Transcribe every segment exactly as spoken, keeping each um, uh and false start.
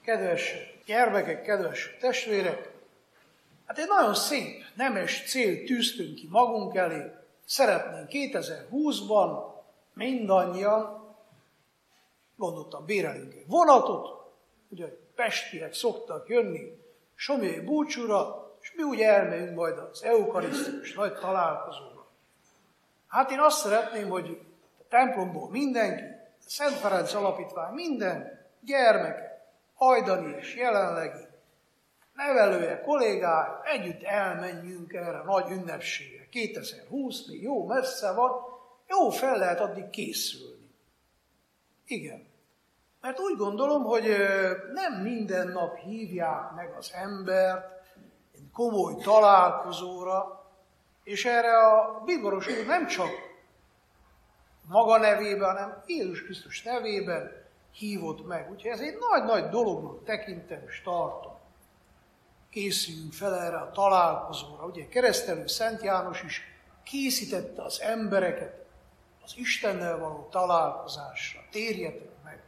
Kedves gyermekek, kedves testvérek, hát egy nagyon szép, nemes célt tűztünk ki magunk elé. Szeretnénk kétezer-húszban mindannyian, gondoltam, bérelünk egy vonatot, ugye pestiek szoktak jönni Somlyai búcsúra, és mi úgy elmegyünk majd az eukarisztikus nagy találkozóra. Hát én azt szeretném, hogy a templomból mindenki, a Szent Ferenc Alapítvány minden gyermeke, hajdani és jelenlegi, nevelője, kollégája, együtt elmenjünk erre a nagy ünnepségre. kétezer-húsz még jó messze van, jó fel lehet addig készülni. Igen. Mert úgy gondolom, hogy nem minden nap hívják meg az embert egy komoly találkozóra, és erre a bíboros úr nem csak maga nevében, hanem Jézus Krisztus nevében hívott meg. Úgyhogy ez egy nagy-nagy dolognak tekintem és tartom. Készüljünk fel erre a találkozóra. Ugye keresztelő Szent János is készítette az embereket az Istennel való találkozásra. Térjetek meg!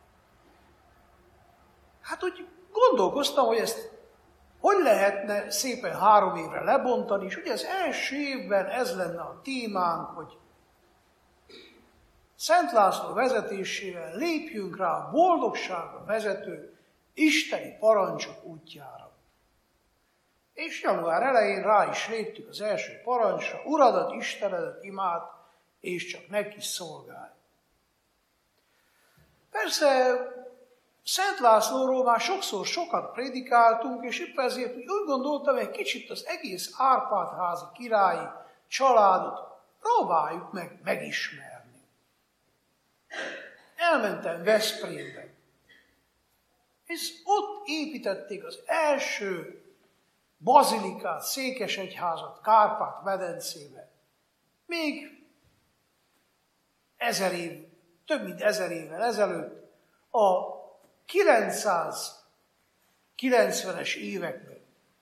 Hát úgy gondolkoztam, hogy ezt hogy lehetne szépen három évre lebontani, és ugye az első évben ez lenne a témánk, hogy Szent László vezetésével lépjünk rá a boldogságra vezető isteni parancsok útjára. És január elején rá is léptük az első parancsra, Uradat, Istenedet imád, és csak neki szolgálj. Persze Szent Lászlóról már sokszor sokat prédikáltunk, és épp ezért úgy gondoltam, hogy egy kicsit az egész Árpád-házi királyi családot próbáljuk meg megismerni. Elmentem Veszprémbe, és ott építették az első bazilikát, székesegyházat Kárpát-medencébe. Még ezer év, több mint ezer évvel ezelőtt, a kilencszázkilencvenes években.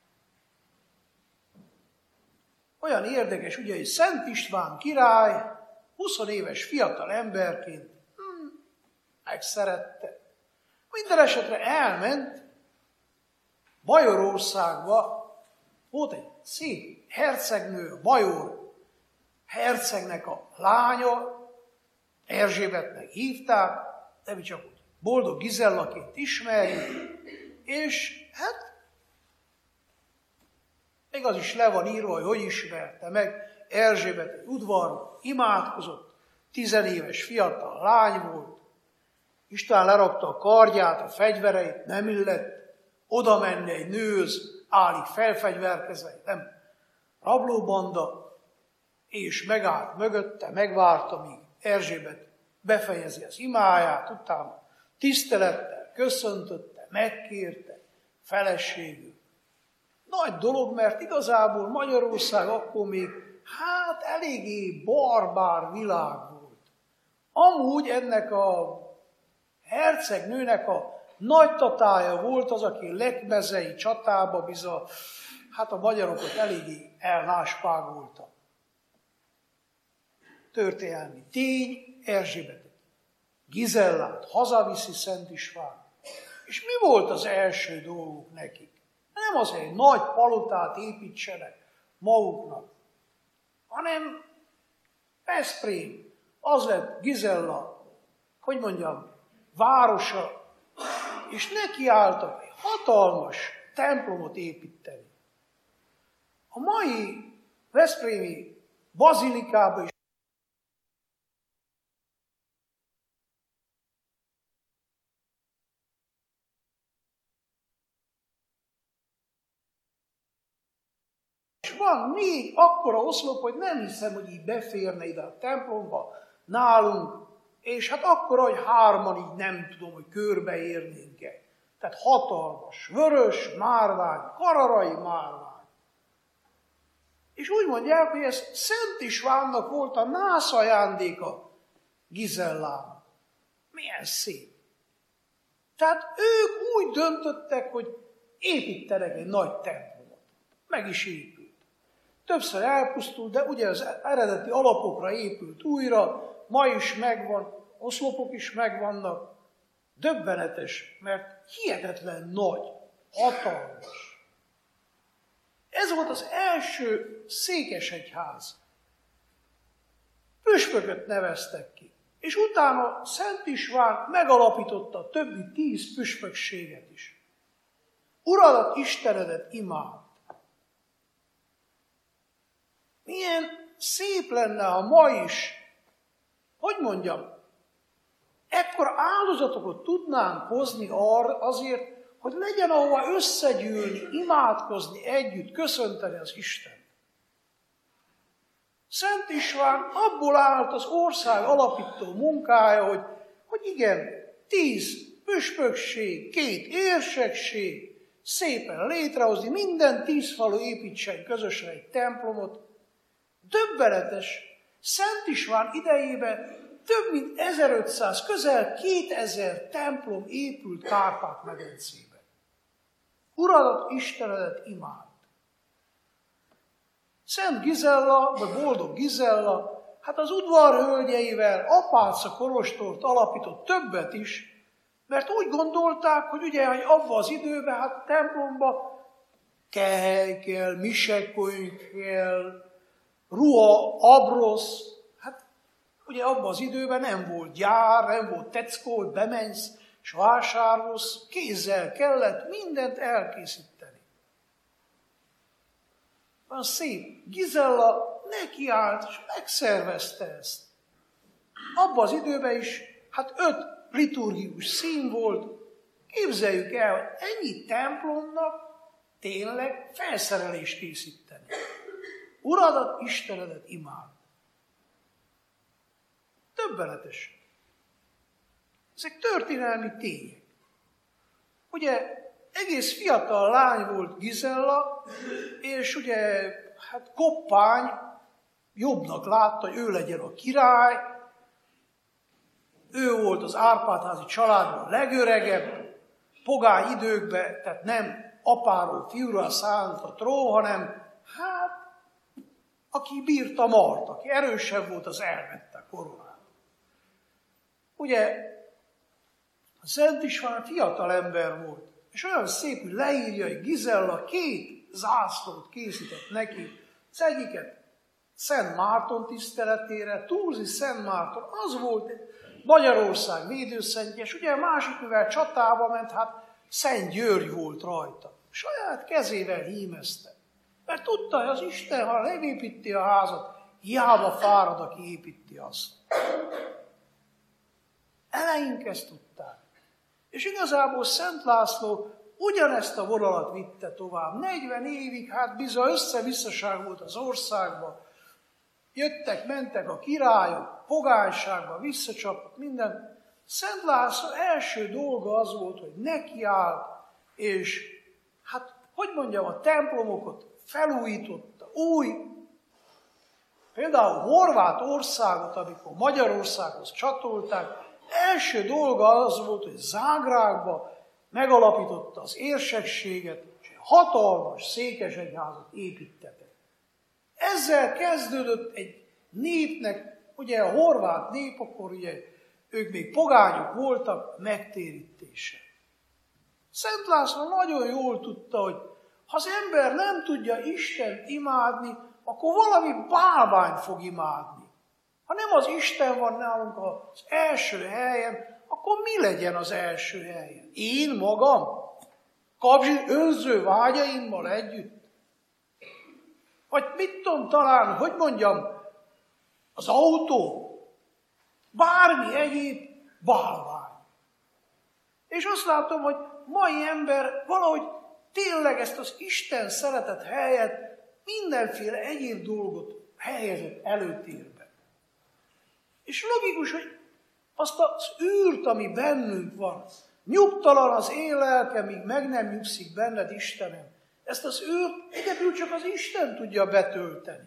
Olyan érdekes, ugye, hogy Szent István király húsz éves fiatal emberként hmm, megszerette. Minden esetre elment Bajorországba, volt egy szép hercegnő, Bajor hercegnek a lánya, Erzsébetnek hívták, de mi csak úgy Boldog Gizellaként ismerjük, és hát még az is le van írva, hogy hogy ismerte meg Erzsébet egy udvarban, imádkozott, tizenéves fiatal lány volt, István lerakta a kardját, a fegyvereit, nem illett oda menni egy nőhöz, állig felfegyverkezve, nem rablóbanda, és megállt mögötte, megvárta, míg Erzsébet befejezi az imáját, utána tisztelettel köszöntötte, megkérte, feleségül. Nagy dolog, mert igazából Magyarország akkor még hát eléggé barbár világ volt. Amúgy ennek a hercegnőnek a nagytatája volt az, aki Lekmezei csatába bizony, hát a magyarokat eléggé elnáspágolta. Történelmi tény, Erzsébetet, Gizellát hazaviszi Szent István. És mi volt az első dolguk nekik? Nem az, hogy egy nagy palotát építsenek maguknak, hanem Veszprém, az lett Gizella, hogy mondjam, városa, és nekiálltak egy hatalmas templomot építeni. A mai veszprémi bazilikában is van négy akkora oszlop, hogy nem hiszem, hogy így beférne ide a templomba nálunk, és hát akkor, hogy hárman így nem tudom, hogy körbeérnénk-e. Tehát hatalmas, vörös márvány, kararai márvány. És úgy mondják, hogy ez Szent Istvánnak volt a nász ajándéka Gizellának. Milyen szép. Tehát ők úgy döntöttek, hogy építenek egy nagy templomot. Meg is épült. Többször elpusztult, de ugye az eredeti alapokra épült újra, ma is megvan, oszlopok is megvannak, Döbbenetes, mert hihetetlen nagy, hatalmas. Ez volt az első székesegyház. Püspököt neveztek ki, és utána Szent István megalapította a többi tíz püspökséget is. Uradat, Istenedet imád! Milyen szép lenne, ha ma is, hogy mondjam, ekkor áldozatokat tudnánk hozni arra azért, hogy legyen ahova összegyűlni, imádkozni együtt, köszönteni az Istent. Szent István abból állt az ország alapító munkája, hogy, hogy igen, tíz püspökség, két érsekség, szépen létrehozni, minden tíz falu építsen közösen egy templomot. Döbbenetes, Szent István idejében több mint ezerötszáz, közel kétezer templom épült Kárpát-medencében. Uradat, Istenedet imád! Szent Gizella, vagy Boldog Gizella, hát az udvar hölgyeivel Apáca kolostort alapított többet is, mert úgy gondolták, hogy ugye, hogy abban az időben, hát templomba kehely kell, misekönyv kell, ruha, abrosz, hát ugye abban az időben nem volt gyár, nem volt teckó, hogy bemensz, és vásárolsz, kézzel kellett mindent elkészíteni. Van szép, Gizella nekiállt, és megszervezte ezt. Abban az időben is, hát öt liturgikus szín volt. Képzeljük el, hogy ennyi templomnak tényleg felszerelést készíteni. Uradat, Istenedet imád! Döbbenetes. Ezek történelmi tények. Ugye egész fiatal lány volt Gizella, és ugye hát Koppány jobbnak látta, hogy ő legyen a király. Ő volt az Árpád-házi családban a legöregebb, pogány időkben, tehát nem apáról fiúra szállt a trón, hanem hát aki bírta mart, aki erősebb volt, az elvette a koronát. Ugye a Szent István fiatal ember volt, és olyan szép, hogy leírja, hogy Gizella két zászlót készített neki. Az egyiket Szent Márton tiszteletére, Túlzi Szent Márton, az volt Magyarország védőszentje, és ugye a másik, mivel csatába ment, hát Szent György volt rajta. Saját kezével hímezte. Mert tudta, hogy az Isten, ha nem építi a házat, hiába fárad, aki építi azt. Eleink ezt tudták. És igazából Szent László ugyanezt a vonalat vitte tovább. negyven évig, hát bizony össze-visszaság volt az országban. Jöttek, mentek a királyok, pogányságba, visszacsapott minden. Szent László első dolga az volt, hogy nekiállt, és hát, hogy mondjam, a templomokat felújította, új. Például Horvátországot, amikor Magyarországhoz csatolták, első dolga az volt, hogy Zágrábba megalapította az érsekséget, és egy hatalmas székesegyházat építtetett. Ezzel kezdődött egy népnek, ugye a horvát nép, akkor ugye ők még pogányok voltak, megtérítése. Szent László nagyon jól tudta, hogy ha az ember nem tudja Istent imádni, akkor valami bálványt fog imádni. Ha nem az Isten van nálunk az első helyen, akkor mi legyen az első helyen? Én magam? Kapzsi önző vágyaimmal együtt? Vagy mit tudom talán, hogy mondjam, az autó? Bármi egyéb bálvány. És azt látom, hogy mai ember valahogy tényleg ezt az Isten szeretet helyett mindenféle egyéb dolgot helyezett előtérbe. És logikus, hogy azt az űrt, ami bennünk van, nyugtalan az én lelkem, míg meg nem nyugszik benned, Istenem. Ezt az űrt egyedül csak az Isten tudja betölteni.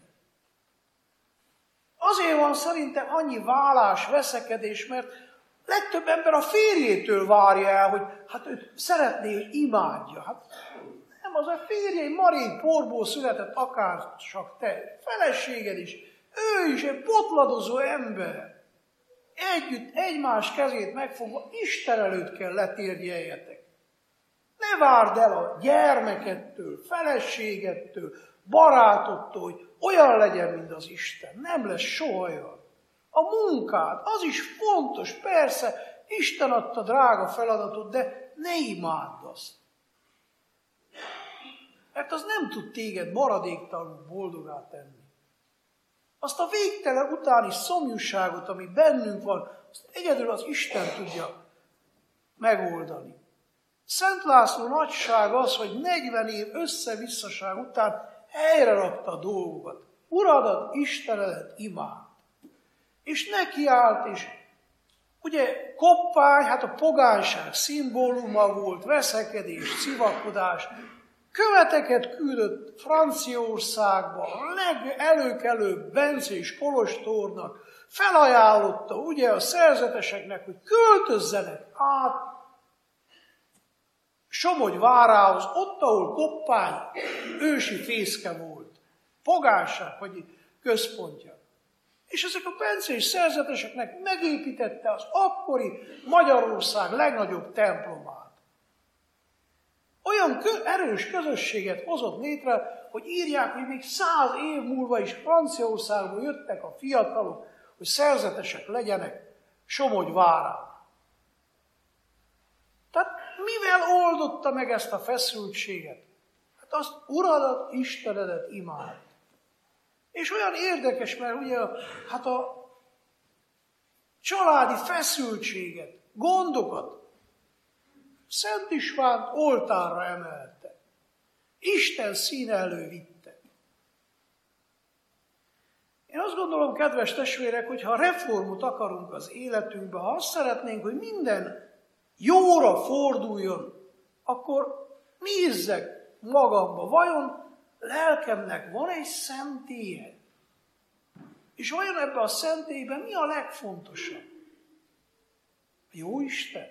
Azért van szerintem annyi válás, veszekedés, mert legtöbb ember a férjétől várja el, hogy hát őt szeretné, hogy imádja. Hát nem, az a férje, marék porból született, akár csak te, feleséged is. Ő is egy botladozó ember. együtt egymás kezét megfogva Isten előtt kell letérjeljetek. Ne várd el a gyermekettől, feleségettől, barátodtól, hogy olyan legyen, mint az Isten. Nem lesz soha olyan. A munkád, az is fontos, persze, Isten adta drága feladatot, de ne imádd azt. Mert az nem tud téged maradéktalanul boldogá tenni. Azt a végtelen utáni szomjúságot, ami bennünk van, azt egyedül az Isten tudja megoldani. Szent László nagyság az, hogy negyven év össze-visszaság után helyre rakta a dolgokat. Uradat, Istenedet imád. És neki állt, és ugye koppány, hát a pogányság szimbóluma volt, veszekedés, civakodás. Követeket küldött Franciaországba, a legelőkelőbb bencés kolostornak, felajánlotta ugye a szerzeteseknek, hogy költözzenek át Somogy várához, ott, ahol koppány ősi fészke volt, pogányság, vagy központja. És ezek a bencés szerzeteseknek megépítette az akkori Magyarország legnagyobb templomát. Olyan erős közösséget hozott létre, hogy írják, hogy még száz év múlva is Franciaországból jöttek a fiatalok, hogy szerzetesek legyenek Somogy várán. Tehát mivel oldotta meg ezt a feszültséget? Hát azt Uradat, Istenedet imád. És olyan érdekes, mert ugye hát a családi feszültséget, gondokat Szent Istvánt oltárra emelte. Isten színe elő vitte. Én azt gondolom, kedves testvérek, hogy ha reformot akarunk az életünkbe, ha azt szeretnénk, hogy minden jóra forduljon, akkor nézzek magamba, vajon lelkemnek van egy szentélye? És vajon ebben a szentélyben mi a legfontosabb? A jó Isten?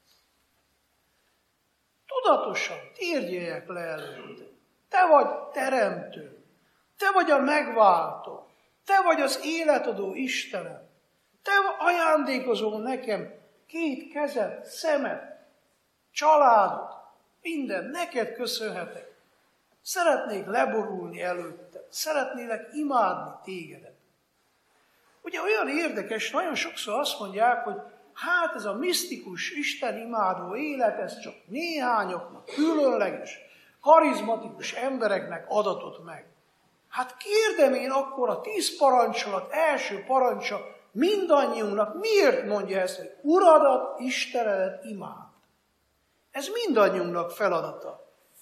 Tudatosan térjeljek le előtte. Te vagy teremtő, te vagy a megváltó, te vagy az életadó Istenem. Te ajándékozol nekem két kezet, szemet, családot, minden, neked köszönhetek. Szeretnék leborulni előtte, szeretnélek imádni tégedet. Ugye olyan érdekes, nagyon sokszor azt mondják, hogy hát ez a misztikus, Isten imádó élet, ez csak néhányoknak, különleges, karizmatikus embereknek adatott meg. Hát kérdem én akkor a tíz parancsolat első parancsa mindannyiunknak miért mondja ezt, hogy Uradat, Istenedet imád. Ez mindannyiunknak feladata.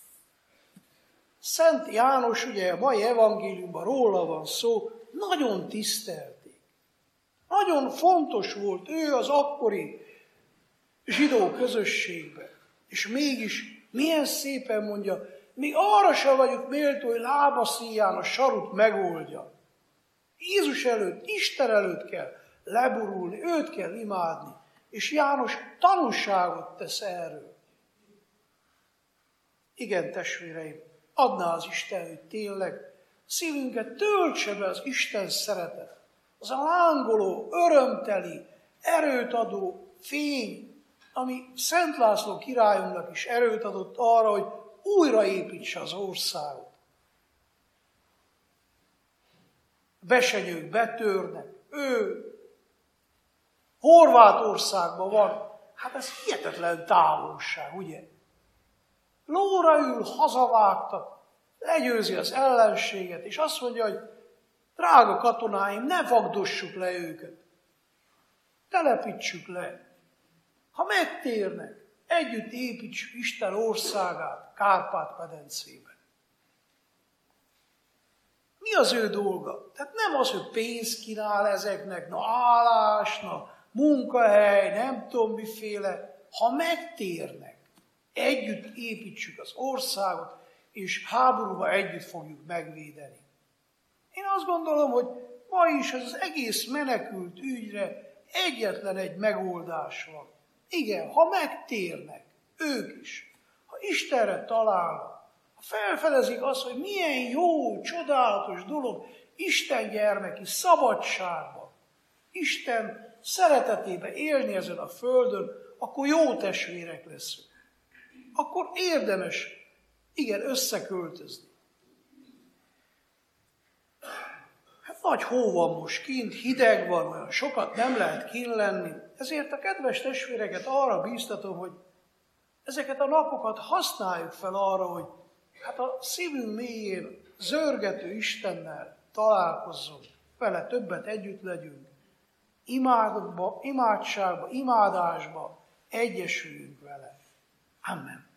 Szent János, ugye a mai evangéliumban róla van szó, nagyon tisztelték. Nagyon fontos volt ő az akkori zsidó közösségben. És mégis milyen szépen mondja, még arra sem vagyok méltó, hogy lábaszíján a sarut megoldja. Jézus előtt, Isten előtt kell leborulni, őt kell imádni. És János tanúságot tesz erről. Igen, testvéreim, adná az Isten, hogy tényleg szívünket töltse be az Isten szeretet. Az a lángoló, örömteli, erőt adó fény, ami Szent László királyunknak is erőt adott arra, hogy újraépítse az országot. Besenyők betörnek, ő Horvátországban van, hát ez hihetetlen távolság, ugye? Lóra ül, hazavágtak, legyőzi az ellenséget, és azt mondja, hogy drága katonáim, ne vagdossuk le őket. Telepítsük le. Ha megtérnek, együtt építsük Isten országát Kárpát-medencében. Mi az ő dolga? Tehát nem az, hogy pénzt kínál ezeknek, na állás, na munkahely, nem tudom miféle. Ha megtérnek, együtt építsük az országot, és háborúba együtt fogjuk megvédeni. Én azt gondolom, hogy ma is ez az egész menekült ügyre egyetlen egy megoldás van. Igen, ha megtérnek, ők is, ha Istenre találnak, ha felfedezik azt, hogy milyen jó, csodálatos dolog Isten gyermeki szabadságban, Isten szeretetébe élni ezen a földön, akkor jó testvérek leszünk. Akkor érdemes, igen, összeköltözni. Hát nagy hó van most kint, hideg van, olyan sokat nem lehet kint lenni. Ezért a kedves testvéreket arra bíztatom, hogy ezeket a napokat használjuk fel arra, hogy hát a szívünk mélyén zörgető Istennel találkozzunk, vele többet együtt legyünk, imádokba, imádságba, imádásba egyesüljünk vele. Amen.